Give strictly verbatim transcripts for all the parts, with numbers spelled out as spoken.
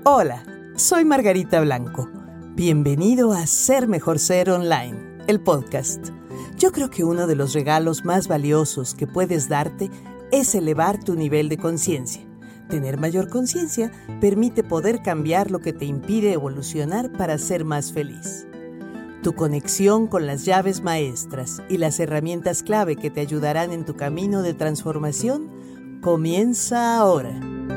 Hola, soy Margarita Blanco. Bienvenido a Ser Mejor Ser Online, el podcast. Yo creo que uno de los regalos más valiosos que puedes darte es elevar tu nivel de conciencia. Tener mayor conciencia permite poder cambiar lo que te impide evolucionar para ser más feliz. Tu conexión con las llaves maestras y las herramientas clave que te ayudarán en tu camino de transformación comienza ahora.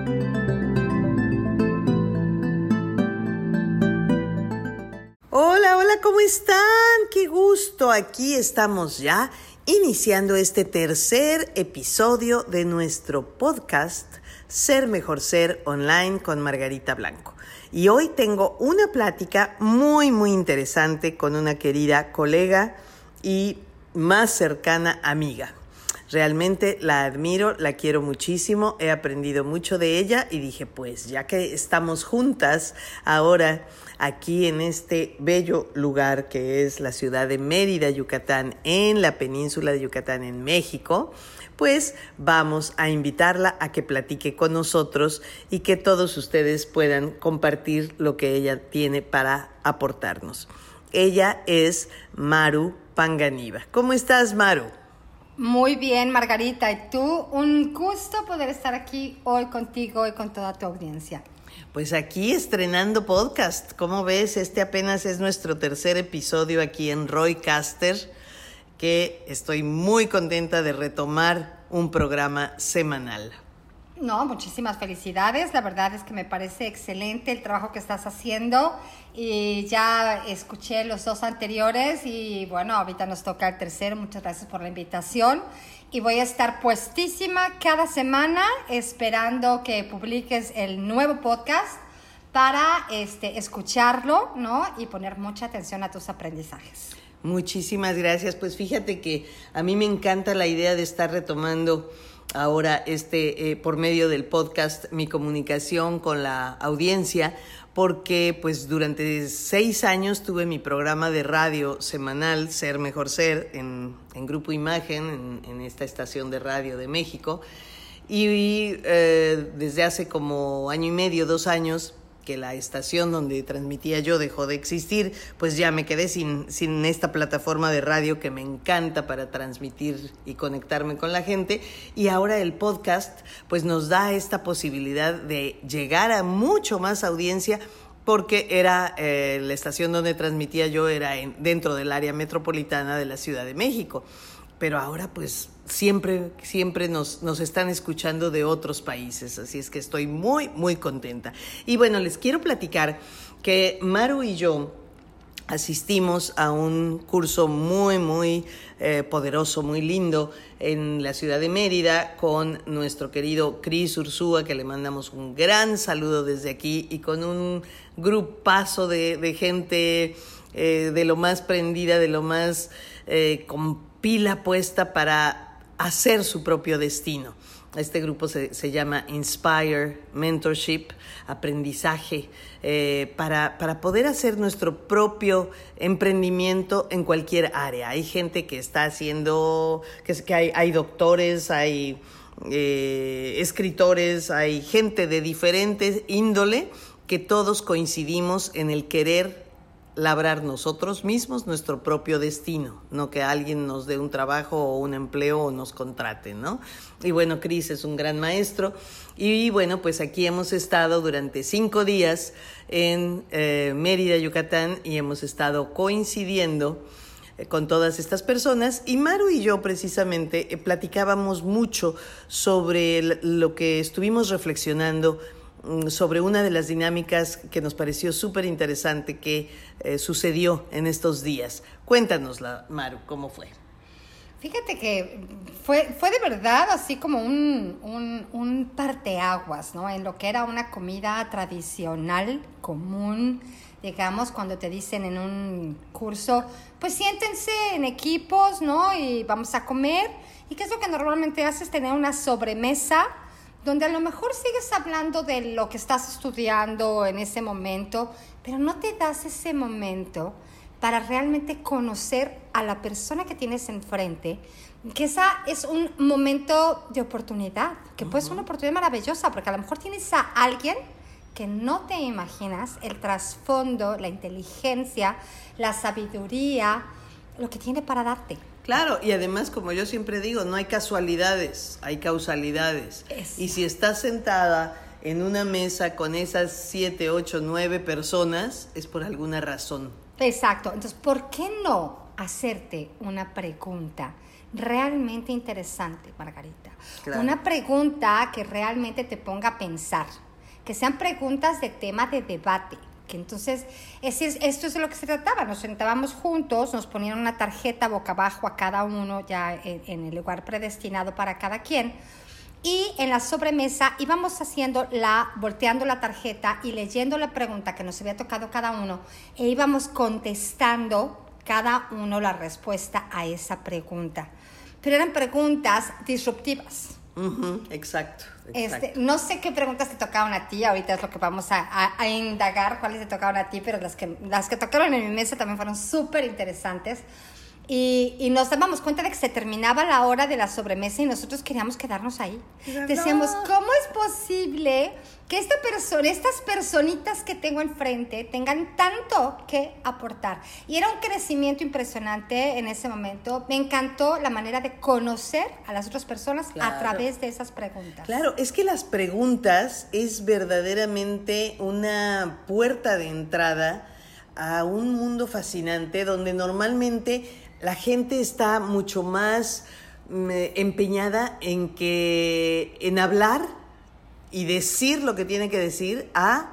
Hola, hola, ¿cómo están? ¡Qué gusto! Aquí estamos ya iniciando este tercer episodio de nuestro podcast Ser Mejor Ser Online con Margarita Blanco. Y hoy tengo una plática muy, muy interesante con una querida colega y más cercana amiga. Realmente la admiro, la quiero muchísimo, he aprendido mucho de ella y dije, pues ya que estamos juntas ahora aquí en este bello lugar que es la ciudad de Mérida, Yucatán, en la península de Yucatán, en México, pues vamos a invitarla a que platique con nosotros y que todos ustedes puedan compartir lo que ella tiene para aportarnos. Ella es Maru Panganiba. ¿Cómo estás, Maru? Muy bien, Margarita. Y tú, un gusto poder estar aquí hoy contigo y con toda tu audiencia. Pues aquí estrenando podcast. ¿Cómo ves? Este apenas es nuestro tercer episodio aquí en Roycaster, que estoy muy contenta de retomar un programa semanal. No, muchísimas felicidades. La verdad es que me parece excelente el trabajo que estás haciendo y ya escuché los dos anteriores y bueno, ahorita nos toca el tercero. Muchas gracias por la invitación y voy a estar puestísima cada semana esperando que publiques el nuevo podcast para este, escucharlo, ¿no? Y poner mucha atención a tus aprendizajes. Muchísimas gracias. Pues fíjate que a mí me encanta la idea de estar retomando ahora este eh, por medio del podcast mi comunicación con la audiencia, porque pues durante seis años tuve mi programa de radio semanal Ser Mejor Ser en, en Grupo Imagen, en, en esta estación de radio de México, y eh, desde hace como año y medio, dos años que la estación donde transmitía yo dejó de existir, pues ya me quedé sin, sin esta plataforma de radio que me encanta para transmitir y conectarme con la gente, y ahora el podcast pues nos da esta posibilidad de llegar a mucho más audiencia, porque era eh, la estación donde transmitía yo era en, dentro del área metropolitana de la Ciudad de México, pero ahora pues siempre, siempre nos, nos están escuchando de otros países, así es que estoy muy, muy contenta. Y bueno, les quiero platicar que Maru y yo asistimos a un curso muy, muy eh, poderoso, muy lindo en la ciudad de Mérida con nuestro querido Cris Ursúa, que le mandamos un gran saludo desde aquí, y con un grupazo de, de gente eh, de lo más prendida, de lo más eh, con pila puesta para hacer su propio destino. Este grupo se, se llama Inspire Mentorship, aprendizaje, eh, para, para poder hacer nuestro propio emprendimiento en cualquier área. Hay gente que está haciendo, que, que hay, hay doctores, hay eh, escritores, hay gente de diferentes índole, que todos coincidimos en el querer labrar nosotros mismos nuestro propio destino, no que alguien nos dé un trabajo o un empleo o nos contrate, ¿no? Y bueno, Cris es un gran maestro y bueno, pues aquí hemos estado durante cinco días en eh, Mérida, Yucatán, y hemos estado coincidiendo eh, con todas estas personas, y Maru y yo precisamente eh, platicábamos mucho sobre lo que estuvimos reflexionando sobre una de las dinámicas que nos pareció súper interesante que eh, sucedió en estos días. Cuéntanosla, Maru, ¿cómo fue? Fíjate que fue, fue de verdad así como un, un, un parteaguas, ¿no? En lo que era una comida tradicional, común, digamos, cuando te dicen en un curso, pues siéntense en equipos, ¿no? Y vamos a comer. ¿Y qué es lo que normalmente haces? Tener una sobremesa donde a lo mejor sigues hablando de lo que estás estudiando en ese momento, pero no te das ese momento para realmente conocer a la persona que tienes enfrente, que esa es un momento de oportunidad, que uh-huh. puede ser una oportunidad maravillosa, porque a lo mejor tienes a alguien que no te imaginas el trasfondo, la inteligencia, la sabiduría, lo que tiene para darte. Claro, y además, como yo siempre digo, no hay casualidades, hay causalidades. Eso. Y si estás sentada en una mesa con esas siete, ocho, nueve personas, es por alguna razón. Exacto. Entonces, ¿por qué no hacerte una pregunta realmente interesante, Margarita? Claro. Una pregunta que realmente te ponga a pensar, que sean preguntas de tema de debate. Que entonces, ese es, esto es de lo que se trataba, nos sentábamos juntos, nos ponían una tarjeta boca abajo a cada uno, ya en, en el lugar predestinado para cada quien, y en la sobremesa íbamos haciendo la, volteando la tarjeta y leyendo la pregunta que nos había tocado cada uno, e íbamos contestando cada uno la respuesta a esa pregunta. Pero eran preguntas disruptivas. Uh-huh, exacto, exacto. Este, no sé qué preguntas te tocaron a ti, ahorita es lo que vamos a, a, a indagar, cuáles te tocaron a ti, pero las que, las que tocaron en mi mesa también fueron súper interesantes. Y, y nos dábamos cuenta de que se terminaba la hora de la sobremesa y nosotros queríamos quedarnos ahí. No. Decíamos, ¿cómo es posible que esta persona, estas personitas que tengo enfrente tengan tanto que aportar? Y era un crecimiento impresionante en ese momento. Me encantó la manera de conocer a las otras personas Claro. a través de esas preguntas. Claro, es que las preguntas es verdaderamente una puerta de entrada a un mundo fascinante donde normalmente la gente está mucho más mm, empeñada en que en hablar y decir lo que tiene que decir a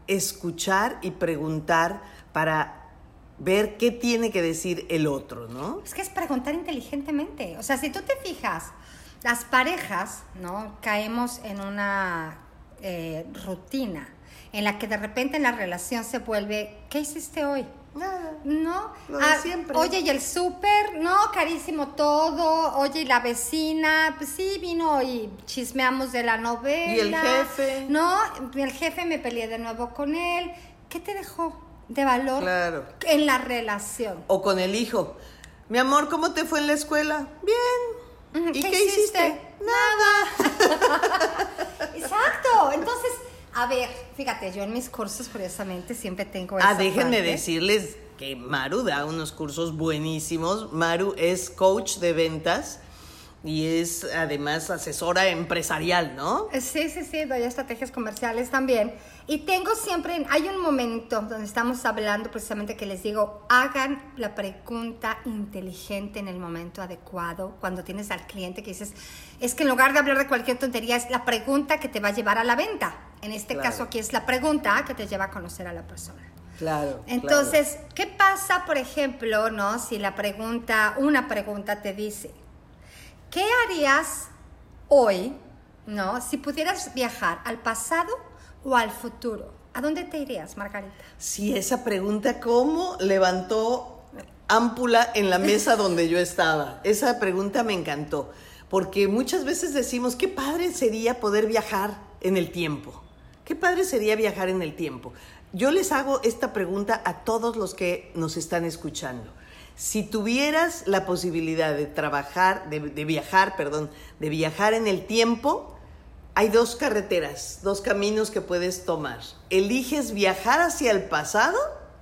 escuchar y preguntar para ver qué tiene que decir el otro, ¿no? Es que es preguntar inteligentemente. O sea, si tú te fijas, las parejas, ¿no? Caemos en una eh, rutina en la que de repente en la relación se vuelve, ¿qué hiciste hoy? Nada. No, Lo de ah, siempre. Oye, ¿y el súper? No, carísimo todo. Oye, ¿y la vecina? Pues sí, vino y chismeamos de la novela. ¿Y el jefe? No, el jefe me peleé de nuevo con él. ¿Qué te dejó de valor Claro. en la relación? O con el hijo. Mi amor, ¿cómo te fue en la escuela? Bien. Ujú, ¿Y ¿qué qué, hiciste? hiciste? Nada. Exacto. Entonces, a ver, fíjate, yo en mis cursos, curiosamente, siempre tengo esa Ah, déjenme parte. decirles que Maru da unos cursos buenísimos. Maru es coach de ventas y es además asesora empresarial, ¿no? Sí, sí, sí, doy estrategias comerciales también. Y tengo siempre, hay un momento donde estamos hablando precisamente que les digo, hagan la pregunta inteligente en el momento adecuado. Cuando tienes al cliente que dices, es que en lugar de hablar de cualquier tontería, es la pregunta que te va a llevar a la venta. En este Claro. caso aquí es la pregunta que te lleva a conocer a la persona. Claro. Entonces, ¿qué pasa, por ejemplo, no? Si la pregunta, una pregunta te dice, ¿qué harías hoy, no? Si pudieras viajar al pasado o al futuro, ¿a dónde te irías, Margarita? Sí, esa pregunta, ¿cómo levantó ámpula en la mesa donde yo estaba? Esa pregunta me encantó, porque muchas veces decimos, qué padre sería poder viajar en el tiempo. Qué padre sería viajar en el tiempo. Yo les hago esta pregunta a todos los que nos están escuchando. Si tuvieras la posibilidad de trabajar, de, de viajar, perdón, de viajar en el tiempo, hay dos carreteras, dos caminos que puedes tomar. ¿Eliges viajar hacia el pasado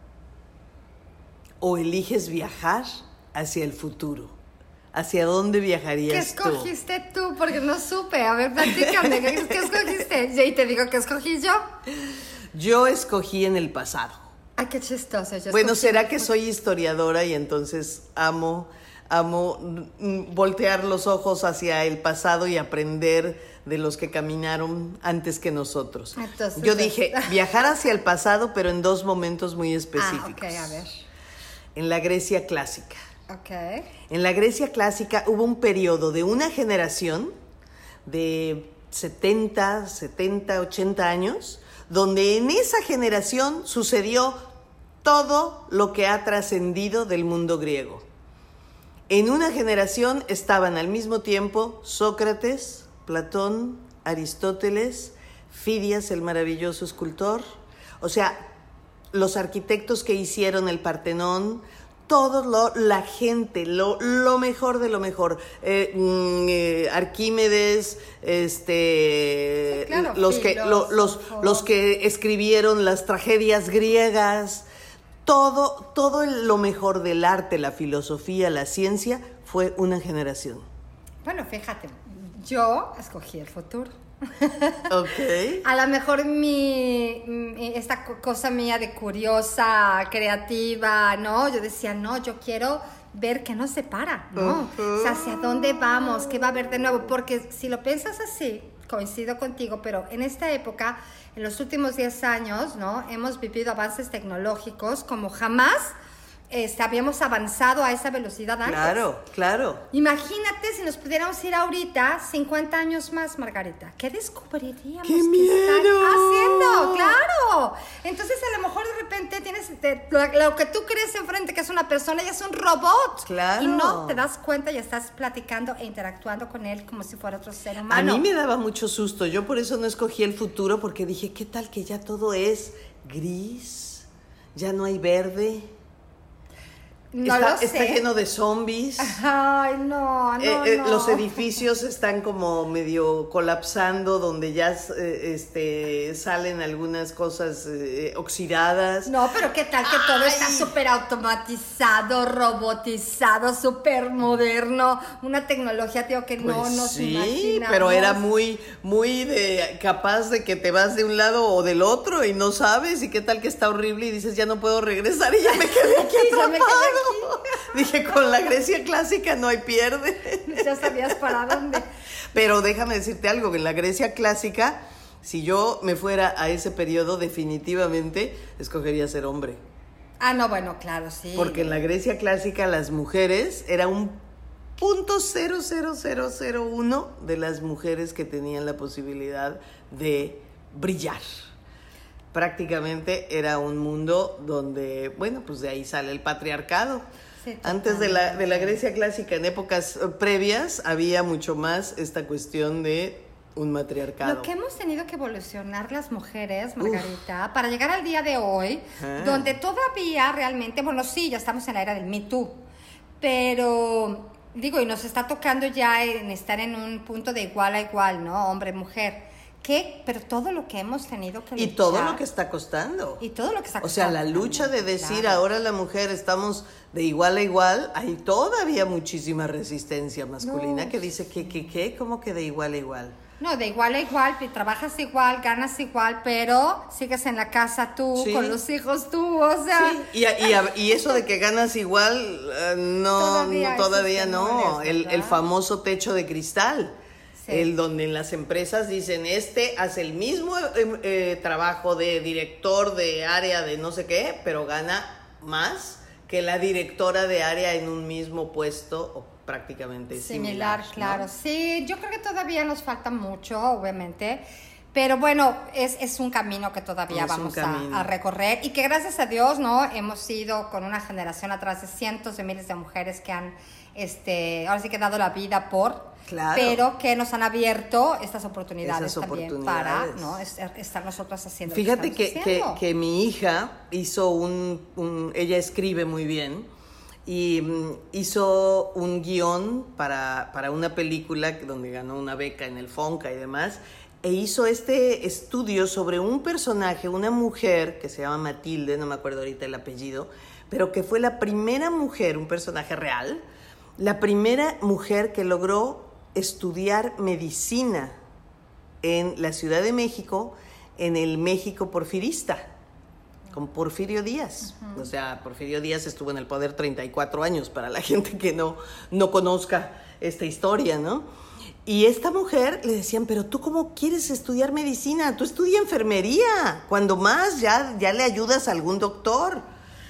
o eliges viajar hacia el futuro? ¿Hacia dónde viajarías ¿Qué tú? escogiste tú? Porque no supe. A ver, platícame, ¿qué, qué escogiste? Y te digo, ¿qué escogí yo? Yo escogí en el pasado. Ay, qué chistoso. Yo Bueno, escogí- será que soy historiadora y entonces amo, amo mm, voltear los ojos hacia el pasado y aprender de los que caminaron antes que nosotros. Entonces, Yo es- dije, viajar hacia el pasado, pero en dos momentos muy específicos. Ah, ok, a ver. En la Grecia clásica. Ok. En la Grecia clásica hubo un periodo de una generación de setenta, setenta, ochenta años, donde en esa generación sucedió todo lo que ha trascendido del mundo griego. En una generación estaban al mismo tiempo Sócrates, Platón, Aristóteles, Fidias, el maravilloso escultor, o sea, los arquitectos que hicieron el Partenón, todo lo, la gente, lo, lo mejor de lo mejor. Eh, eh, Arquímedes, este, sí, claro, los, que, lo, los, los que escribieron las tragedias griegas, todo, todo lo mejor del arte, la filosofía, la ciencia, fue una generación. Bueno, fíjate, yo escogí el futuro. Okay. A lo mejor mi, mi esta cosa mía de curiosa, creativa, ¿no? Yo decía, no, yo quiero ver qué nos separa, ¿no? Uh-huh. O sea, hacia dónde vamos, qué va a haber de nuevo, porque si lo piensas así, coincido contigo, pero en esta época, en los últimos diez años, ¿no? Hemos vivido avances tecnológicos como jamás Este, habíamos avanzado a esa velocidad antes. Claro, claro. Imagínate si nos pudiéramos ir ahorita cincuenta años más, Margarita. ¿Qué descubriríamos ¡Qué que miedo! están haciendo? ¡Claro! Entonces, a lo mejor de repente tienes te, lo, lo que tú crees enfrente que es una persona y es un robot. Claro. Y no te das cuenta y estás platicando e interactuando con él como si fuera otro ser humano. A mí me daba mucho susto. Yo por eso no escogí el futuro, porque dije, ¿qué tal que ya todo es gris? Ya no hay verde. No está, lo sé. Está lleno de zombies. Ay, no, no, eh, eh, no. Los edificios están como medio colapsando, donde ya eh, este, salen algunas cosas eh, oxidadas. No, pero ¿qué tal que Ay. todo está súper automatizado, robotizado, súper moderno? Una tecnología, tío, que pues no nos sí, imaginamos. Pero era muy, muy de, capaz de que te vas de un lado o del otro y no sabes, y qué tal que está horrible y dices, ya no puedo regresar y ya me quedé aquí atrapado. Dije, con la Grecia clásica no hay pierde. Ya sabías para dónde. Pero déjame decirte algo, que en la Grecia clásica, si yo me fuera a ese periodo, definitivamente escogería ser hombre. Ah, no, bueno, claro, sí. Porque en la Grecia clásica las mujeres era un punto cero cero cero cero uno de las mujeres que tenían la posibilidad de brillar. Prácticamente era un mundo donde, bueno, pues de ahí sale el patriarcado. Sí, antes de la, de la Grecia clásica, en épocas previas, había mucho más esta cuestión de un matriarcado. Lo que hemos tenido que evolucionar las mujeres, Margarita, Uf. para llegar al día de hoy, ah. donde todavía realmente, bueno, sí, ya estamos en la era del Me Too, pero, digo, y nos está tocando ya en estar en un punto de igual a igual, ¿no? Hombre-mujer. ¿Qué? Pero todo lo que hemos tenido que luchar. Y todo lo que está costando. Y todo lo que está costando. O sea, la lucha de decir, claro, ahora la mujer estamos de igual a igual, hay todavía muchísima resistencia masculina no. que dice que, que, que, ¿cómo que de igual a igual? No, de igual a igual, trabajas igual, ganas igual, pero sigues en la casa tú, sí. con los hijos tú, o sea... Sí, y, y, y eso de que ganas igual, uh, no, todavía, todavía no, molesta, el, el famoso techo de cristal. Sí. El donde en las empresas dicen, este hace el mismo eh, eh, trabajo de director de área de no sé qué, pero gana más que la directora de área en un mismo puesto o prácticamente similar. Similar, claro. ¿No? Sí, yo creo que todavía nos falta mucho, obviamente, pero bueno, es, es un camino que todavía es vamos a, a recorrer y que gracias a Dios, ¿no? Hemos ido con una generación atrás de cientos de miles de mujeres que han, este, ahora sí que dado la vida por... Claro. Pero que nos han abierto estas oportunidades, Esas también oportunidades. para ¿no? estar nosotras haciendo. Fíjate lo que, que, que, que mi hija hizo un, un, ella escribe muy bien y um, hizo un guión para, para una película donde ganó una beca en el Fonca y demás, e hizo este estudio sobre un personaje, una mujer que se llama Matilde, no me acuerdo ahorita el apellido, pero que fue la primera mujer, un personaje real, la primera mujer que logró estudiar medicina en la Ciudad de México, en el México porfirista, con Porfirio Díaz. Uh-huh. O sea, Porfirio Díaz estuvo en el poder treinta y cuatro años, para la gente que no, no conozca esta historia, ¿no? Y esta mujer le decían, pero ¿tú cómo quieres estudiar medicina? Tú estudia enfermería, cuando más ya, ya le ayudas a algún doctor.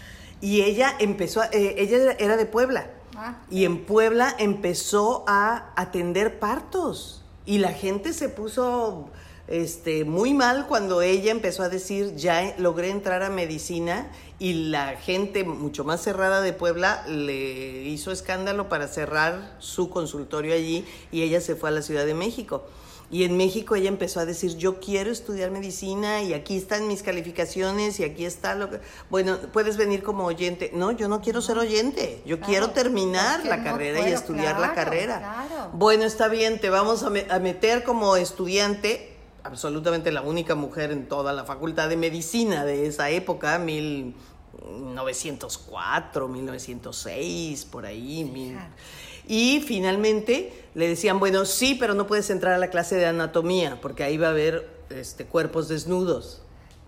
Y ella empezó, a, eh, ella era de Puebla. Ah, y en Puebla empezó a atender partos y la gente se puso este, muy mal cuando ella empezó a decir, ya logré entrar a medicina, y la gente mucho más cerrada de Puebla le hizo escándalo para cerrar su consultorio allí, y ella se fue a la Ciudad de México. Y en México ella empezó a decir, yo quiero estudiar medicina y aquí están mis calificaciones y aquí está lo que... Bueno, puedes venir como oyente. No, yo no quiero ser oyente, yo claro, quiero terminar la carrera no puedo, y estudiar claro, la carrera. Claro. Bueno, está bien, te vamos a, me- a meter como estudiante, absolutamente la única mujer en toda la facultad de medicina de esa época, mil novecientos cuatro, mil novecientos seis, por ahí. Mil... Y finalmente le decían, bueno, sí, pero no puedes entrar a la clase de anatomía, porque ahí va a haber este, cuerpos desnudos.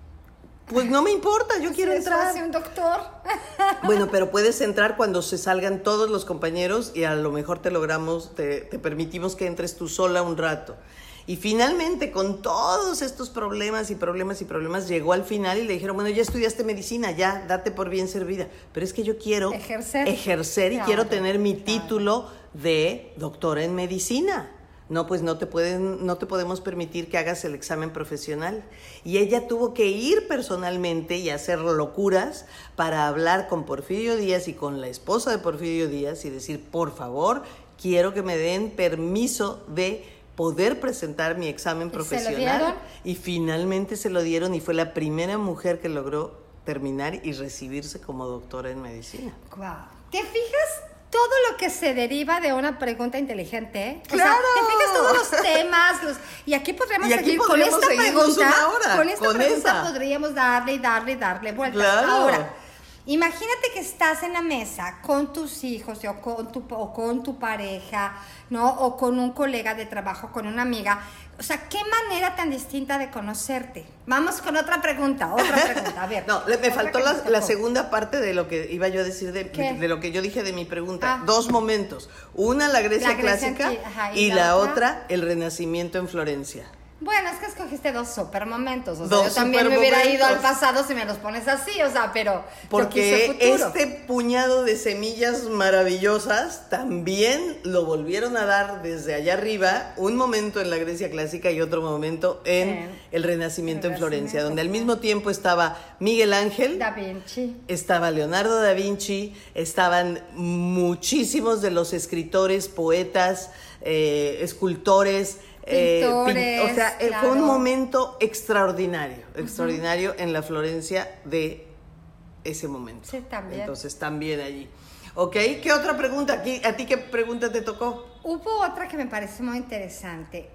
Pues no me importa, yo quiero eso entrar. Hace un doctor. Bueno, pero puedes entrar cuando se salgan todos los compañeros y a lo mejor te logramos, te, te permitimos que entres tú sola un rato. Y finalmente, con todos estos problemas y problemas y problemas, llegó al final y le dijeron, bueno, ya estudiaste medicina, ya, date por bien servida. Pero es que yo quiero ejercer, ejercer y claro, quiero tener mi claro. título de doctora en medicina. No, pues no te pueden, no te podemos permitir que hagas el examen profesional. Y ella tuvo que ir personalmente y hacer locuras para hablar con Porfirio Díaz y con la esposa de Porfirio Díaz y decir, por favor, quiero que me den permiso de poder presentar mi examen profesional. ¿Se lo dieron? Y finalmente se lo dieron y fue la primera mujer que logró terminar y recibirse como doctora en medicina. Wow. ¿Te fijas todo lo que se deriva de una pregunta inteligente? ¡Claro! O sea, ¿te fijas todos los temas? Los... Y aquí podríamos y aquí seguir podríamos con esta pregunta. Una hora, con esta con pregunta esa. podríamos darle y darle y darle vueltas. Claro. Ahora, imagínate que estás en la mesa con tus hijos o con tu, o con tu pareja, ¿no? O con un colega de trabajo, con una amiga. O sea, ¿qué manera tan distinta de conocerte? Vamos con otra pregunta, otra pregunta. A ver. No, le, me faltó la, la segunda parte de lo que iba yo a decir, de, de lo que yo dije de mi pregunta. Ah. Dos momentos. Una, la Grecia, La Grecia clásica, anti- ajá, y, y la, la otra? otra, el Renacimiento en Florencia. Bueno, es que escogiste dos super momentos. O sea, Dos yo también me hubiera supermomentos. ido al pasado si me los pones así, o sea, pero Porque yo quise futuro. este puñado de semillas maravillosas también lo volvieron a dar desde allá arriba, un momento en la Grecia clásica y otro momento en En el Renacimiento el en Florencia, Renacimiento, donde al claro. mismo tiempo estaba Miguel Ángel, Da Vinci. estaba Leonardo da Vinci, estaban muchísimos de los escritores, poetas, eh, escultores, eh, Pintores, pin- o sea, eh, claro. fue un momento extraordinario, extraordinario uh-huh. en la Florencia de ese momento. Sí, también. Entonces, también allí. ¿Ok? ¿Qué otra pregunta? Aquí, ¿a ti qué pregunta te tocó? Hubo otra que me pareció muy interesante.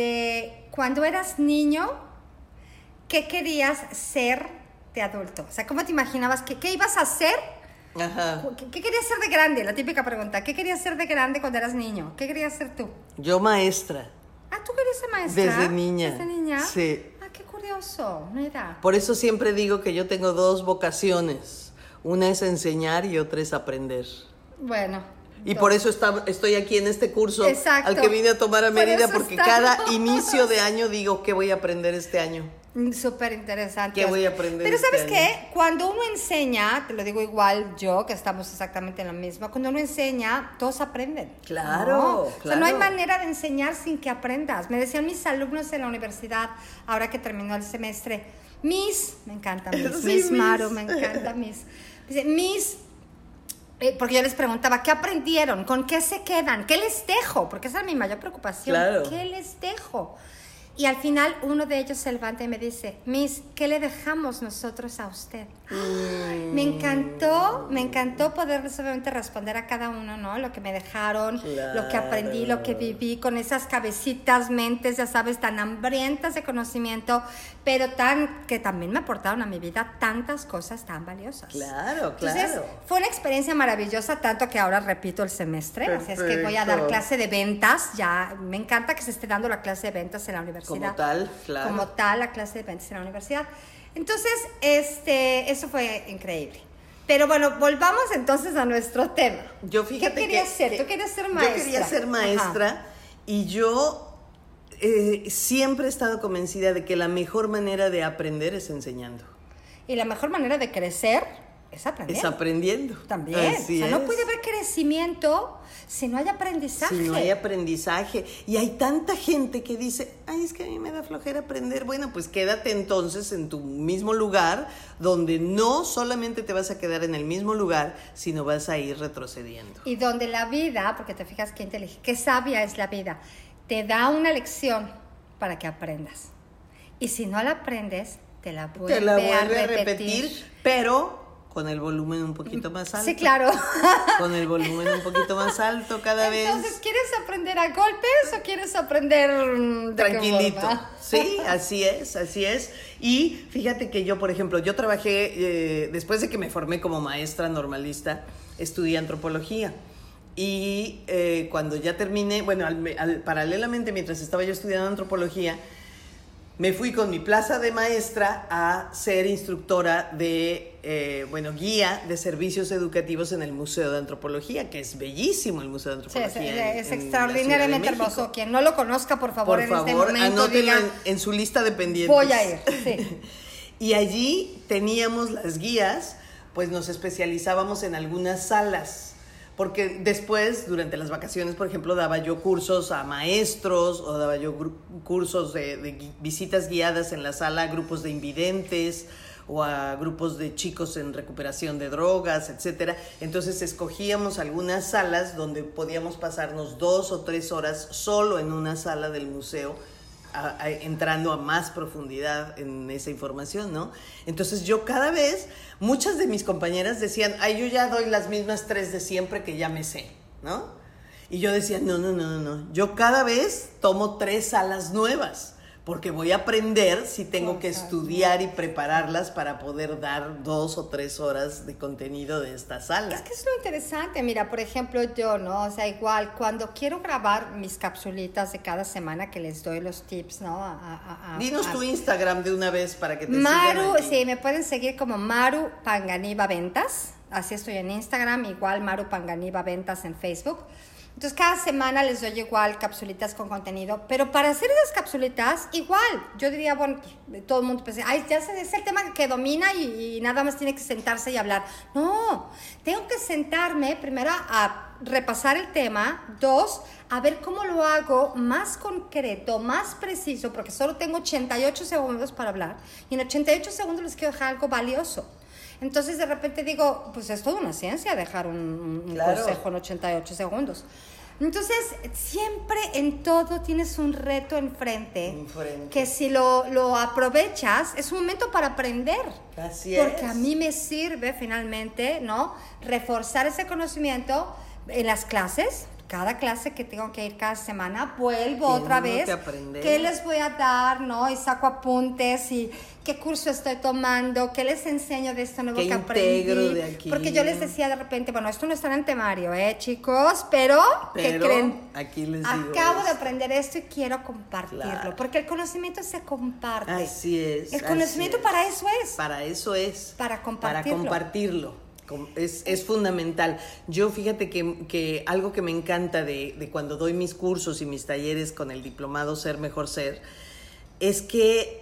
De cuando eras niño, ¿qué querías ser de adulto? O sea, ¿cómo te imaginabas? ¿Qué, qué ibas a hacer? Ajá. ¿Qué, ¿Qué querías ser de grande? La típica pregunta. ¿Qué querías ser de grande cuando eras niño? ¿Qué querías ser tú? Yo maestra. Ah, ¿tú querías ser maestra? Desde niña. ¿Desde niña? Sí. Ah, qué curioso. Mira. Por eso siempre digo que yo tengo dos vocaciones. Una es enseñar y otra es aprender. Bueno. Y dos. por eso está, estoy aquí en este curso Exacto. al que vine a tomar a Por Mérida, eso porque estamos. cada inicio de año digo qué voy a aprender este año. Súper interesante. ¿Qué voy a aprender Pero este ¿sabes año? qué? Cuando uno enseña, te lo digo igual yo, que estamos exactamente en lo mismo, cuando uno enseña, todos aprenden. Claro, ¿no? claro. O sea, no hay manera de enseñar sin que aprendas. Me decían mis alumnos en la universidad, ahora que terminó el semestre, Miss, me encanta Miss, Sí, Miss Maru, Miss. me encanta Miss. Dice, Miss, eh, porque yo les preguntaba, ¿qué aprendieron? ¿Con qué se quedan? ¿Qué les dejo? Porque esa era mi mayor preocupación. Claro. ¿Qué les dejo? Y al final uno de ellos se levanta y me dice, Miss, ¿qué le dejamos nosotros a usted? Mm. Me encantó, me encantó poderles obviamente responder a cada uno, ¿no? Lo que me dejaron, Claro. lo que aprendí, lo que viví, con esas cabecitas, mentes, ya sabes, tan hambrientas de conocimiento, pero tan que también me aportaron a mi vida tantas cosas tan valiosas. Claro, claro. Entonces, fue una experiencia maravillosa, tanto que ahora repito el semestre, así es que voy a dar Perfecto. clase de ventas, ya me encanta que se esté dando la clase de ventas en la universidad. Como tal, claro. Como tal, la clase de ventas en la universidad. Entonces, este, eso fue increíble. Pero bueno, volvamos entonces a nuestro tema. Yo fíjate ¿Qué querías que- ser? que ¿Tú querías ser maestra? Yo quería ser maestra. Ajá. Y yo eh, siempre he estado convencida de que la mejor manera de aprender es enseñando. Y la mejor manera de crecer es aprendiendo. Es aprendiendo. También. Así o sea, no es. puede haber crecimiento si no hay aprendizaje. Si no hay aprendizaje. Y hay tanta gente que dice, ay, es que a mí me da flojera aprender. Bueno, pues quédate entonces en tu mismo lugar, donde no solamente te vas a quedar en el mismo lugar, sino vas a ir retrocediendo. Y donde la vida, porque te fijas qué inteligente, qué sabia es la vida, te da una lección para que aprendas. Y si no la aprendes, te la vuelve, te la vuelve a, a repetir. repetir, pero con el volumen un poquito más alto. Sí, claro. Con el volumen un poquito más alto cada Entonces, vez. Entonces, ¿quieres aprender a golpes o quieres aprender de tranquilito? qué forma? Sí, así es, así es. Y fíjate que yo, por ejemplo, yo trabajé, eh, después de que me formé como maestra normalista, estudié antropología. Y eh, cuando ya terminé, bueno, al, al, paralelamente, mientras estaba yo estudiando antropología, me fui con mi plaza de maestra a ser instructora de, eh, bueno, guía de servicios educativos en el Museo de Antropología, que es bellísimo el Museo de Antropología. Sí, es, en, es en extraordinariamente hermoso. Quien no lo conozca, por favor, por en favor, este momento anótenlo diga, en, en su lista de pendientes. voy a ir, sí. Y allí teníamos las guías, pues nos especializábamos en algunas salas. Porque después, durante las vacaciones, por ejemplo, daba yo cursos a maestros o daba yo gru- cursos de, de gui- visitas guiadas en la sala a grupos de invidentes o a grupos de chicos en recuperación de drogas, etcétera. Entonces escogíamos algunas salas donde podíamos pasarnos dos o tres horas solo en una sala del museo, A, a, entrando a más profundidad en esa información, ¿no? Entonces yo cada vez, muchas de mis compañeras decían, ay, yo ya doy las mismas tres de siempre que ya me sé, ¿no? Y yo decía, no, no, no, no, no, yo cada vez tomo tres salas nuevas, porque voy a aprender si tengo que estudiar y prepararlas para poder dar dos o tres horas de contenido de esta sala. Es que es lo interesante, mira, por ejemplo, yo, ¿no? O sea, igual, cuando quiero grabar mis capsulitas de cada semana que les doy los tips, ¿no? A, a, a, Dinos a, tu Instagram de una vez para que te Maru, sigan aquí. sí, me pueden seguir como Maru Panganiba Ventas, así estoy en Instagram, igual Maru Panganiba Ventas en Facebook. Entonces, cada semana les doy igual capsulitas con contenido, pero para hacer esas capsulitas, igual, yo diría, bueno, todo el mundo piensa, ay, ya sé, es el tema que domina y, y nada más tiene que sentarse y hablar. No, tengo que sentarme primero a repasar el tema, dos, a ver cómo lo hago más concreto, más preciso, porque solo tengo ochenta y ocho segundos para hablar, y en ochenta y ocho segundos les quiero dejar algo valioso. Entonces de repente digo, pues es toda una ciencia dejar un, un claro. consejo en ochenta y ocho segundos. Entonces siempre en todo tienes un reto enfrente, enfrente. que si lo, lo aprovechas es un momento para aprender. Así porque es. a mí me sirve finalmente, ¿no? Reforzar ese conocimiento en las clases. Cada clase que tengo que ir cada semana, vuelvo Tengo otra vez. que aprender. ¿Qué les voy a dar, no? Y saco apuntes y qué curso estoy tomando, qué les enseño de esto nuevo ¿Qué que aprendí. integro de aquí? Porque yo les decía de repente, bueno, esto no está en el temario, ¿eh, chicos? Pero, ¿qué Pero creen? aquí les digo Acabo de esto. aprender esto y quiero compartirlo. Claro. Porque el conocimiento se comparte. Así es. El conocimiento así es. para eso es. Para eso es. Para compartirlo. Para compartirlo. Es, es fundamental. Yo fíjate que, que algo que me encanta de, de cuando doy mis cursos y mis talleres con el diplomado Ser Mejor Ser, es que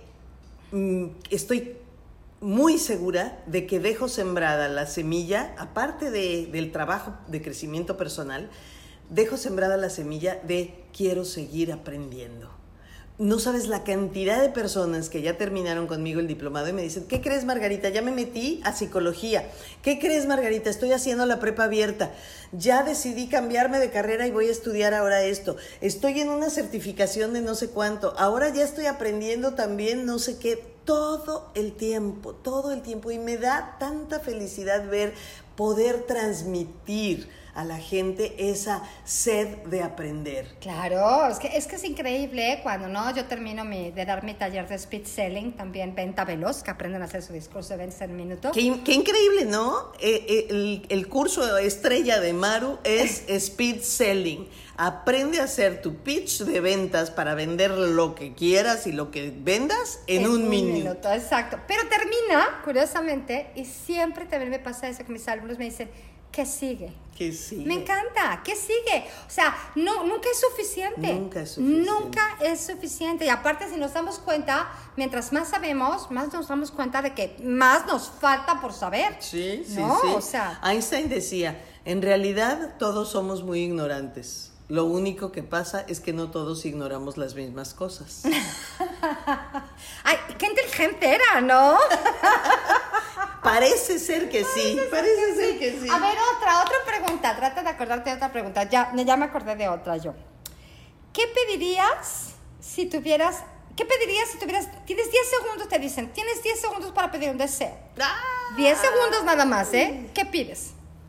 mm, estoy muy segura de que dejo sembrada la semilla, aparte de, del trabajo de crecimiento personal, dejo sembrada la semilla de quiero seguir aprendiendo. No sabes la cantidad de personas que ya terminaron conmigo el diplomado y me dicen, ¿qué crees, Margarita? Ya me metí a psicología. ¿Qué crees, Margarita? Estoy haciendo la prepa abierta. Ya decidí cambiarme de carrera y voy a estudiar ahora esto. Estoy en una certificación de no sé cuánto. Ahora ya estoy aprendiendo también no sé qué. Todo el tiempo, todo el tiempo. Y me da tanta felicidad ver, poder transmitir a la gente esa sed de aprender. Claro, es que es, que es increíble, ¿eh? Cuando no, yo termino mi, de dar mi taller de speed selling, también venta veloz, que aprenden a hacer su discurso de ventas en un minuto. Qué, qué increíble, ¿no? Eh, eh, el, el curso estrella de Maru es speed selling. Aprende a hacer tu pitch de ventas para vender lo que quieras y lo que vendas en, en un, un minuto. minuto. Exacto. Pero termina, curiosamente, y siempre también me pasa eso que mis alumnos me dicen, ¿qué sigue? ¿Qué sigue? Me encanta, ¿qué sigue? O sea, no, nunca es suficiente. Nunca es suficiente. Nunca es suficiente. Y aparte, si nos damos cuenta, mientras más sabemos, más nos damos cuenta de que más nos falta por saber. Sí, sí, ¿no? sí. O sea, Einstein decía, en realidad todos somos muy ignorantes. Lo único que pasa es que no todos ignoramos las mismas cosas. ay, qué inteligente era, ¿no? Parece ser que sí, parece ser que sí. A ver, otra, otra pregunta. Trata de acordarte de otra pregunta. Ya, ya me acordé de otra yo. ¿Qué pedirías si tuvieras... ¿Qué pedirías si tuvieras... Tienes diez segundos, te dicen. Tienes diez segundos para pedir un deseo. Ah. diez segundos nada más, ¿eh? ¿Qué pides?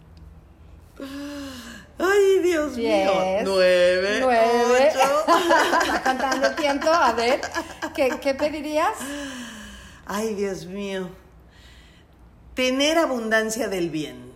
Ay, Dios Diez, mío. Nueve, nueve. ocho. Está contando el tiempo. A ver, ¿qué, qué pedirías? Ay, Dios mío. Tener abundancia del bien.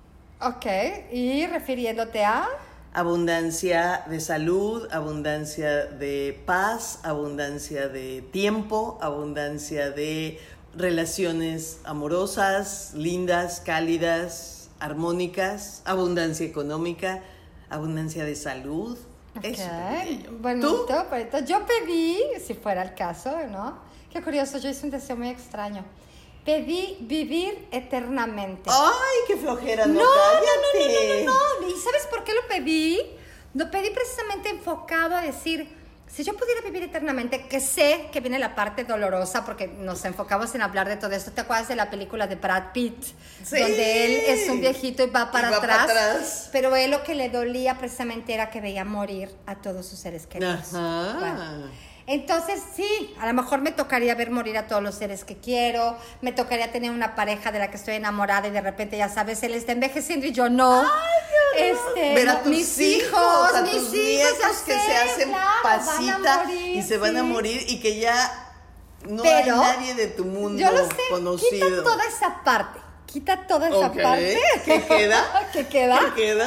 Ok, y refiriéndote a... Abundancia de salud, abundancia de paz, abundancia de tiempo, abundancia de relaciones amorosas, lindas, cálidas, armónicas, abundancia económica, abundancia de salud. Okay. Eso pediría yo. Bonito, ¿Tú? bonito. Yo pedí, si fuera el caso, ¿no? Qué curioso, yo hice un deseo muy extraño. Pedí vivir eternamente. Ay, qué flojera, no, no, no, no, cállate. no, no, no. ¿Y sabes por qué lo pedí? Lo pedí precisamente enfocado a decir, si yo pudiera vivir eternamente, que sé que viene la parte dolorosa, porque nos enfocamos en hablar de todo esto. ¿Te acuerdas de la película de Brad Pitt? Sí. Donde él es un viejito y va para, Y va atrás, para atrás. pero él lo que le dolía precisamente era que veía morir a todos sus seres queridos. Ajá. Bueno. Entonces, sí, a lo mejor me tocaría ver morir a todos los seres que quiero, me tocaría tener una pareja de la que estoy enamorada y de repente, ya sabes, él está envejeciendo y yo no. Ay, este, ver a no, tus mis hijos, hijos, a mis tus hijos, nietos ya que sé, se hacen claro, pasita van a morir, y se van a sí. morir y que ya no Pero hay nadie de tu mundo yo lo sé, conocido. quita toda esa parte, quita toda esa Ok, parte. ¿qué queda? ¿Qué queda? ¿Qué queda?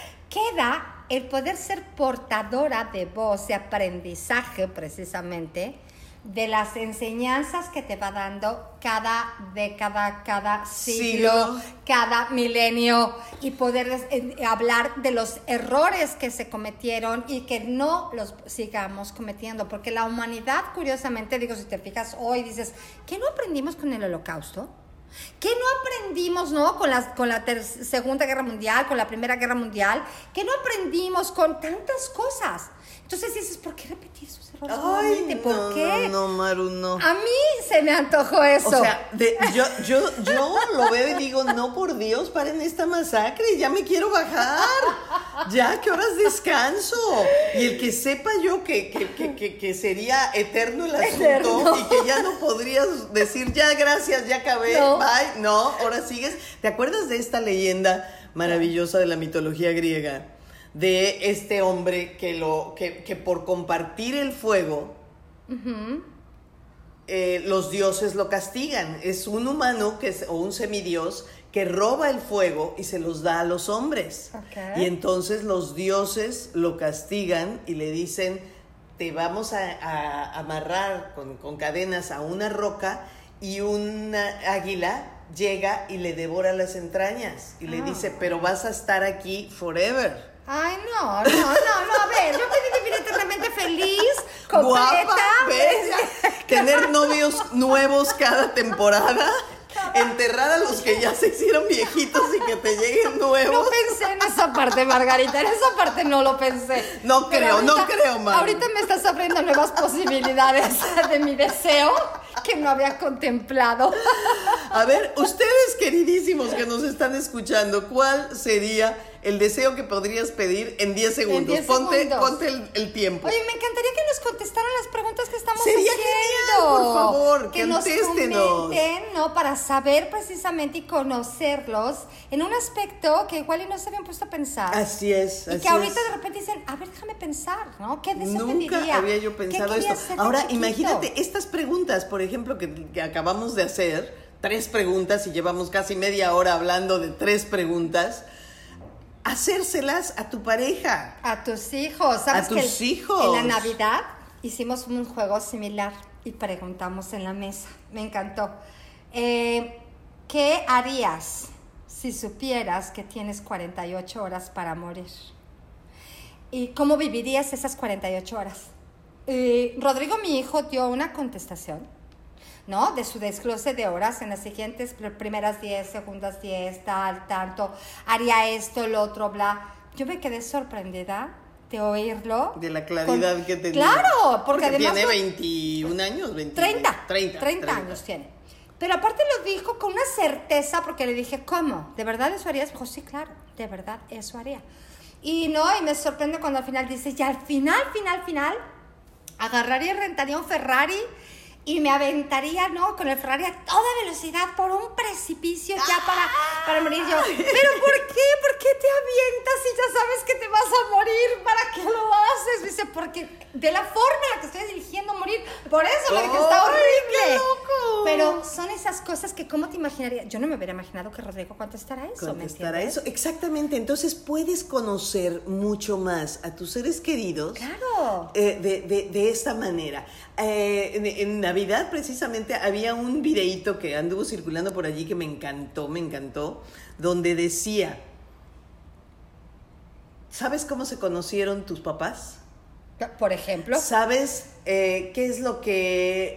Queda el poder ser portadora de voz, de aprendizaje precisamente, de las enseñanzas que te va dando cada década, cada siglo, Siglo. cada milenio, y poder eh, hablar de los errores que se cometieron y que no los sigamos cometiendo, porque la humanidad, curiosamente, digo, si te fijas hoy, dices, ¿qué no aprendimos con el Holocausto? ¿Qué no aprendimos, no? Con la, con la ter- Segunda Guerra Mundial, con la Primera Guerra Mundial. ¿Qué no aprendimos con tantas cosas? Entonces dices, ¿por qué repetir esos errores nuevamente? Ay, ¿Por no, qué? no, no, Maru, no. A mí se me antojó eso. O sea, de- yo, yo, yo lo veo y digo, no, por Dios, paren esta masacre, ya me quiero bajar. Ya, ¿qué horas descanso? Y el que sepa yo que, que, que, que, que sería eterno el asunto Eterno. y que ya no podrías decir, ya, gracias, ya acabé, No. bye. No, ahora sigues. ¿Te acuerdas de esta leyenda maravillosa de la mitología griega? De este hombre que, lo, que, que por compartir el fuego, Uh-huh. eh, los dioses lo castigan. Es un humano que es, o un semidios que roba el fuego y se los da a los hombres. Okay. Y entonces los dioses lo castigan y le dicen, te vamos a, a amarrar con, con cadenas a una roca, y una águila llega y le devora las entrañas y le Ah. dice, pero vas a estar aquí forever. Ay, no, no, no, no, a ver, yo pedí vivir eternamente feliz, completa. Guapa, bella, tener novios nuevos cada temporada, enterrar a los que ya se hicieron viejitos y que te lleguen No nuevos. pensé en esa parte, Margarita, en esa parte no lo pensé. No Pero creo, no creo, Mar. Ahorita me estás abriendo nuevas posibilidades de mi deseo que no había contemplado. A ver, ustedes queridísimos que nos están escuchando, ¿cuál sería el deseo que podrías pedir en diez segundos? diez ponte segundos. ponte el, el tiempo. Oye, me encantaría que nos contestaran las preguntas que estamos Sería haciendo. genial, por favor, que nos contéstenos. comenten, ¿no? Para saber precisamente y conocerlos en un aspecto que igual y no se habían puesto a pensar. Así es, Y así que ahorita es. de repente dicen, a ver, déjame pensar, ¿no? ¿Qué deseo Nunca pediría? había yo ¿Qué pensado quería esto. ser de Ahora, chiquito? imagínate estas preguntas, por ejemplo, que, que acabamos de hacer, tres preguntas y llevamos casi media hora hablando de tres preguntas. Hacérselas a tu pareja. A tus hijos. ¿Sabes A tus que hijos. En la Navidad hicimos un juego similar y preguntamos en la mesa. Me encantó. Eh, ¿Qué harías si supieras que tienes cuarenta y ocho horas para morir? ¿Y cómo vivirías esas cuarenta y ocho horas? Y Rodrigo, mi hijo, dio una contestación, ¿no? De su desglose de horas en las siguientes primeras diez, segundas diez, tal, tanto, haría esto, lo otro, bla. Yo me quedé sorprendida de oírlo. De la claridad con... que tenía. Claro, porque, porque además... tiene veintiún años, veinte, treinta, treinta, treinta, treinta años tiene. Pero aparte lo dijo con una certeza, porque le dije, ¿cómo? ¿De verdad eso harías? Dijo, sí, claro, de verdad eso haría. Y no, y me sorprende cuando al final dice, ya al final, final, final, agarraría y rentaría un Ferrari y me aventaría, ¿no? Con el Ferrari a toda velocidad por un precipicio ya para, para morir yo. ¿Pero por qué? ¿Por qué te avientas si ya sabes que te vas a morir? ¿Para qué lo haces? Dice, porque de la forma en la que estoy eligiendo morir, por eso le dije, está horrible. ¡Qué loco! Pero son esas cosas que, ¿cómo te imaginarías? Yo no me hubiera imaginado que Rodrigo contestara eso. Contestara eso, exactamente. Entonces puedes conocer mucho más a tus seres queridos. Claro. Eh, de, de, de esta manera. Eh, en, en Navidad precisamente había un videíto que anduvo circulando por allí que me encantó, me encantó, donde decía, ¿sabes cómo se conocieron tus papás? Por ejemplo. ¿Sabes eh, qué es lo que...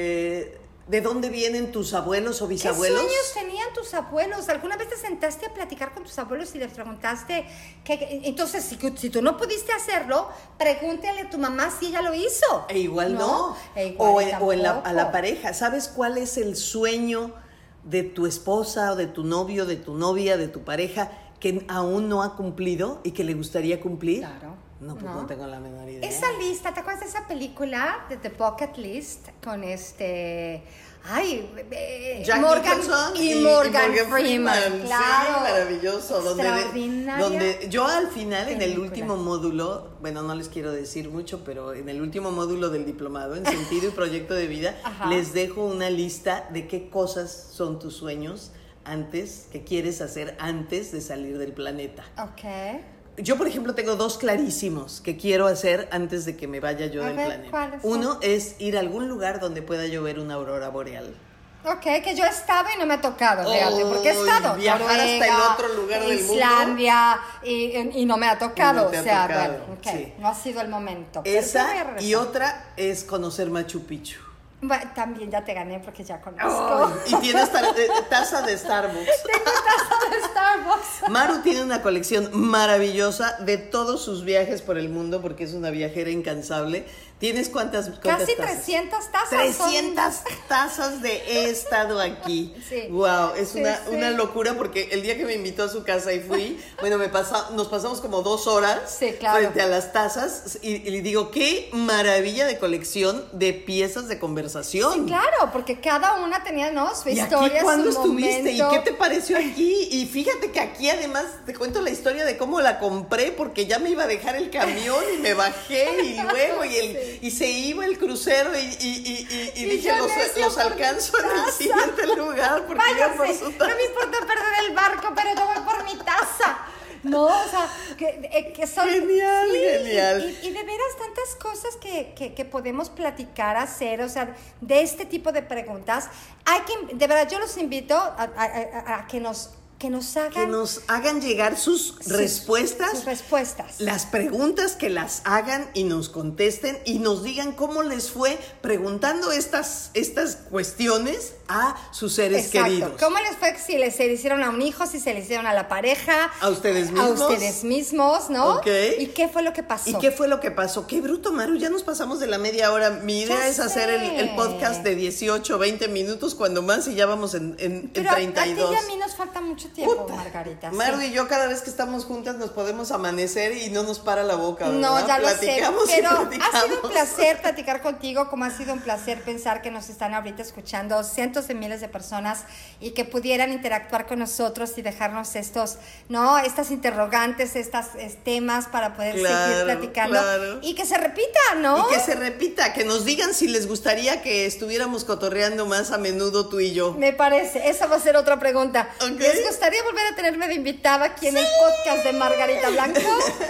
Eh, ¿de dónde vienen tus abuelos o bisabuelos? ¿Qué sueños tenían tus abuelos? ¿Alguna vez te sentaste a platicar con tus abuelos y les preguntaste? Que, entonces, si, si tú no pudiste hacerlo, pregúntale a tu mamá si ella lo hizo. E igual no. no. E igual o en, o en la, a la pareja. ¿Sabes cuál es el sueño de tu esposa o de tu novio, de tu novia, de tu pareja que aún no ha cumplido y que le gustaría cumplir? Claro. No, pues no. no tengo la menor idea. Esa lista, ¿te acuerdas de esa película de The Bucket List con este, ay, eh, Jack Morgan y, y Morgan, y Morgan Freeman, Freeman. claro, sí, maravilloso, donde, donde yo al final película. En el último módulo, bueno, no les quiero decir mucho, pero en el último módulo del diplomado en sentido y proyecto de vida les dejo una lista de qué cosas son tus sueños antes, que quieres hacer antes de salir del planeta. Okay. Yo, por ejemplo, tengo dos clarísimos que quiero hacer antes de que me vaya yo a del ver, planeta. ¿cuáles Uno son? es ir a algún lugar donde pueda yo ver una aurora boreal. Ok, que yo he estado y no me ha tocado, fíjate, oh, porque he estado viajar Noruega, hasta el otro lugar del mundo. Islandia, y, y no me ha tocado, no te o sea, ha tocado, bueno, okay, sí. no ha sido el momento. Esa y otra es conocer Machu Picchu. Bueno, también ya te gané porque ya conozco. Oh, y tienes ta- taza de Starbucks. Tengo taza de Starbucks. Maru tiene una colección maravillosa de todos sus viajes por el mundo porque es una viajera incansable. ¿Tienes cuántas, cuántas Casi tazas? trescientas tazas. trescientas son... tazas de he estado aquí. Sí. Wow, es sí, una, sí. una locura porque el día que me invitó a su casa y fui, bueno, me pasa, nos pasamos como dos horas sí, claro. frente a las tazas y, y le digo, qué maravilla de colección de piezas de conversación. Sí, claro, porque cada una tenía, ¿no? Su ¿Y historia, aquí cuándo su estuviste? momento. ¿Y qué te pareció aquí? Y fíjate que aquí además te cuento la historia de cómo la compré porque ya me iba a dejar el camión y me bajé y luego y, el, sí. y se iba el crucero y, y, y, y, y Y dije, yo los, los alcanzo en el siguiente lugar porque iba por Váyase, su no taza. me importa perder el barco, pero yo voy por mi taza. No, o sea, que, eh, que son... Genial, sí, genial. Y, y de veras tantas cosas que, que, que podemos platicar, hacer, o sea, de este tipo de preguntas. Hay que, de verdad, yo los invito a, a, a, a que nos... Que nos hagan... Que nos hagan llegar sus, sus respuestas. Sus respuestas. Las preguntas que las hagan y nos contesten y nos digan cómo les fue preguntando estas, estas cuestiones a sus seres Exacto. queridos. ¿Cómo les fue si les se le hicieron a un hijo, si se le hicieron a la pareja? A ustedes mismos. A ustedes mismos, ¿no? Ok. ¿Y qué fue lo que pasó? ¿Y qué fue lo que pasó? Qué bruto, Maru, ya nos pasamos de la media hora. Mi idea Ya es hacer el, sé. el podcast de dieciocho, veinte minutos cuando más y ya vamos en, en, Pero en treinta y dos. a ti y a mí nos falta mucho tiempo, Puta. Margarita. Maru sí. y yo cada vez que estamos juntas nos podemos amanecer y no nos para la boca, ¿verdad? No, ya lo sé, Platicamos y pero platicamos. ha sido un placer platicar contigo, como ha sido un placer pensar que nos están ahorita escuchando cientos de miles de personas y que pudieran interactuar con nosotros y dejarnos estos, ¿no? Estas interrogantes, estos temas para poder Claro, seguir platicando claro. y que se repita, ¿no? Y que se repita, que nos digan si les gustaría que estuviéramos cotorreando más a menudo tú y yo. Me parece, esa va a ser otra pregunta. Ok. ¿Les gustaría volver a tenerme de invitada aquí en el podcast de Margarita Blanco?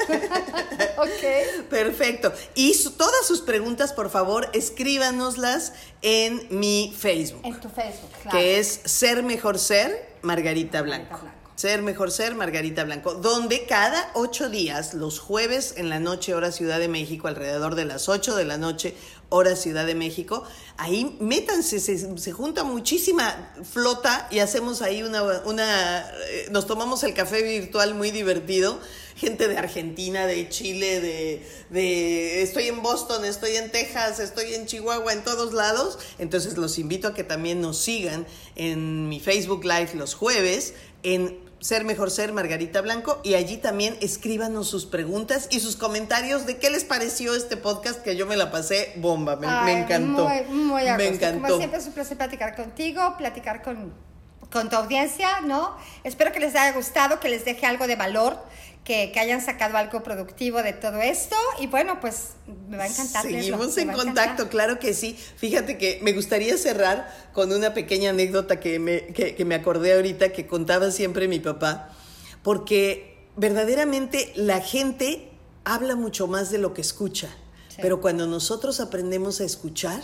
Ok. Perfecto. Y su, todas sus preguntas, por favor, escríbanoslas en mi Facebook. En tu Facebook, claro. Que es Ser Mejor Ser, Margarita Blanco. Margarita Blanco. Ser Mejor Ser, Margarita Blanco, donde cada ocho días, los jueves en la noche, hora Ciudad de México, alrededor de las ocho de la noche, hora Ciudad de México, ahí métanse, se, se junta muchísima flota y hacemos ahí una, una, nos tomamos el café virtual muy divertido, gente de Argentina, de Chile, de, de estoy en Boston, estoy en Texas, estoy en Chihuahua, en todos lados. Entonces los invito a que también nos sigan en mi Facebook Live los jueves, en Ser Mejor Ser, Margarita Blanco, y allí también escríbanos sus preguntas y sus comentarios de qué les pareció este podcast, que yo me la pasé bomba, me, Ay, me encantó. Muy, muy a me gusto. encantó. Como siempre es un placer platicar contigo, platicar con, con tu audiencia, ¿no? Espero que les haya gustado, que les deje algo de valor, que, que hayan sacado algo productivo de todo esto, y bueno, pues me va a encantar. Seguimos verlo, en me va a contacto, encantar. claro que sí. Fíjate que me gustaría cerrar con una pequeña anécdota que me, que, que me acordé ahorita, que contaba siempre mi papá, porque verdaderamente la gente habla mucho más de lo que escucha, sí. Pero cuando nosotros aprendemos a escuchar,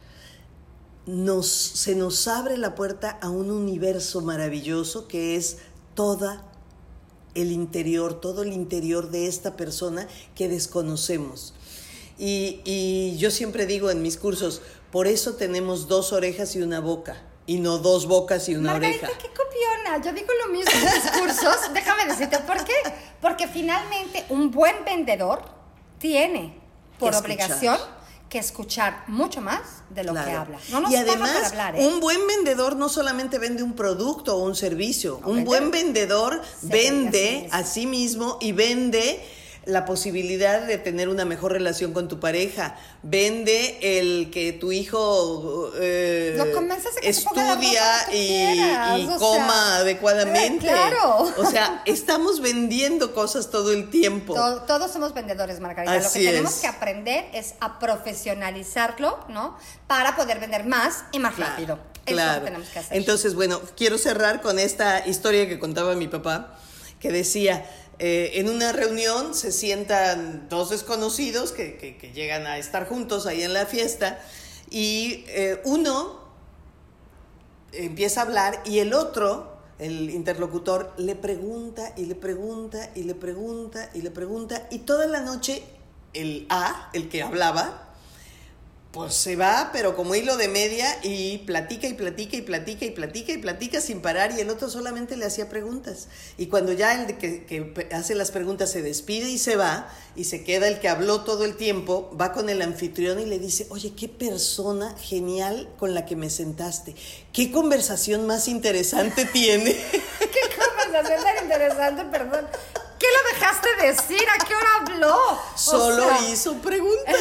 nos, se nos abre la puerta a un universo maravilloso que es toda el interior, todo el interior de esta persona que desconocemos. Y, y yo siempre digo en mis cursos, por eso tenemos dos orejas y una boca, y no dos bocas y una Margarita, oreja. qué copiona. Yo digo lo mismo en mis cursos. Déjame decirte por qué. Porque finalmente un buen vendedor tiene por obligación que escuchar mucho más de lo claro. que habla. No nos y además, para hablar, ¿eh? un buen vendedor no solamente vende un producto o un servicio, no, un vende, buen vendedor vende a sí mismo y vende la posibilidad de tener una mejor relación con tu pareja, vende el que tu hijo eh, lo convences de que estudia que y, y coma sea, adecuadamente. Claro. O sea, estamos vendiendo cosas todo el tiempo. Todo, todos somos vendedores, Margarita. Así lo que es. tenemos que aprender es a profesionalizarlo, ¿no? Para poder vender más y más claro, rápido. Eso claro. es lo que tenemos que hacer. Entonces, bueno, quiero cerrar con esta historia que contaba mi papá, que decía... Eh, en una reunión se sientan dos desconocidos que, que, que llegan a estar juntos ahí en la fiesta y eh, uno empieza a hablar y el otro, el interlocutor, le pregunta y le pregunta y le pregunta y le pregunta y toda la noche el A, el que hablaba, pues se va, pero como hilo de media y platica y platica y platica y platica y platica sin parar y el otro solamente le hacía preguntas. Y cuando ya el que, que hace las preguntas se despide y se va y se queda el que habló todo el tiempo, va con el anfitrión y le dice, oye, qué persona genial con la que me sentaste. ¿Qué conversación más interesante tiene? ¿Qué conversación tan interesante, perdón? ¿Qué lo dejaste decir? ¿A qué hora habló? Solo o sea, hizo preguntas.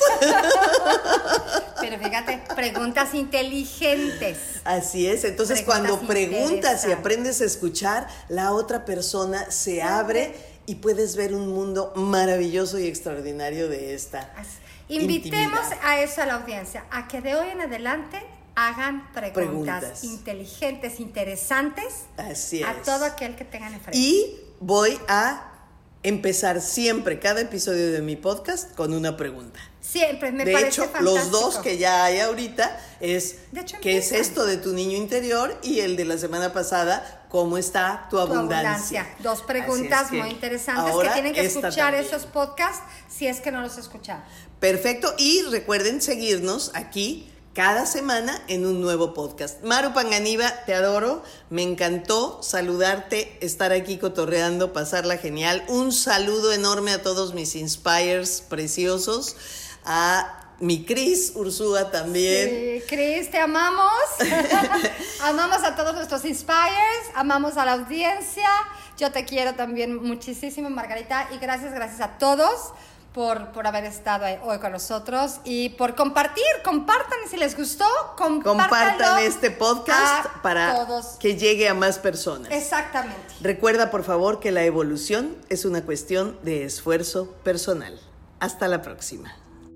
Pero fíjate, preguntas inteligentes. Así es. Entonces, preguntas cuando preguntas y aprendes a escuchar, la otra persona se abre y puedes ver un mundo maravilloso y extraordinario de esta Invitemos intimidad. A eso a la audiencia, a que de hoy en adelante hagan preguntas, preguntas. inteligentes, interesantes. Así es. A todo aquel que tengan enfrente. Y voy a empezar siempre cada episodio de mi podcast con una pregunta. Siempre, me de parece hecho, fantástico. los dos que ya hay ahorita es hecho, ¿qué es esto de tu niño interior? Y el de la semana pasada, ¿cómo está tu abundancia? Tu abundancia. Dos preguntas muy interesantes que tienen que escuchar también. Esos podcasts si es que no los escuchan. Perfecto, y recuerden seguirnos aquí cada semana en un nuevo podcast. Maru Panganiba, te adoro, me encantó saludarte, estar aquí cotorreando, pasarla genial. Un saludo enorme a todos mis inspires preciosos, a mi Cris Ursúa también. Sí, Cris, te amamos. Amamos a todos nuestros inspires, amamos a la audiencia. Yo te quiero también muchísimo, Margarita, y gracias, gracias a todos. Por, por haber estado hoy con nosotros y por compartir, compartan si les gustó, compartan este podcast para todos. Que llegue a más personas. Exactamente. Recuerda, por favor, que la evolución es una cuestión de esfuerzo personal. Hasta la próxima.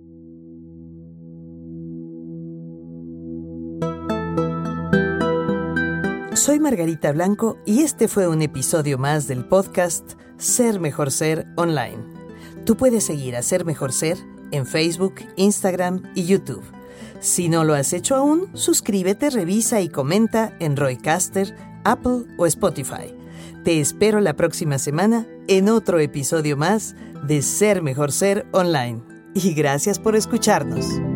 Soy Margarita Blanco y este fue un episodio más del podcast Ser Mejor Ser Online. Tú puedes seguir a Ser Mejor Ser en Facebook, Instagram y YouTube. Si no lo has hecho aún, suscríbete, revisa y comenta en Roycaster, Apple o Spotify. Te espero la próxima semana en otro episodio más de Ser Mejor Ser Online. Y gracias por escucharnos.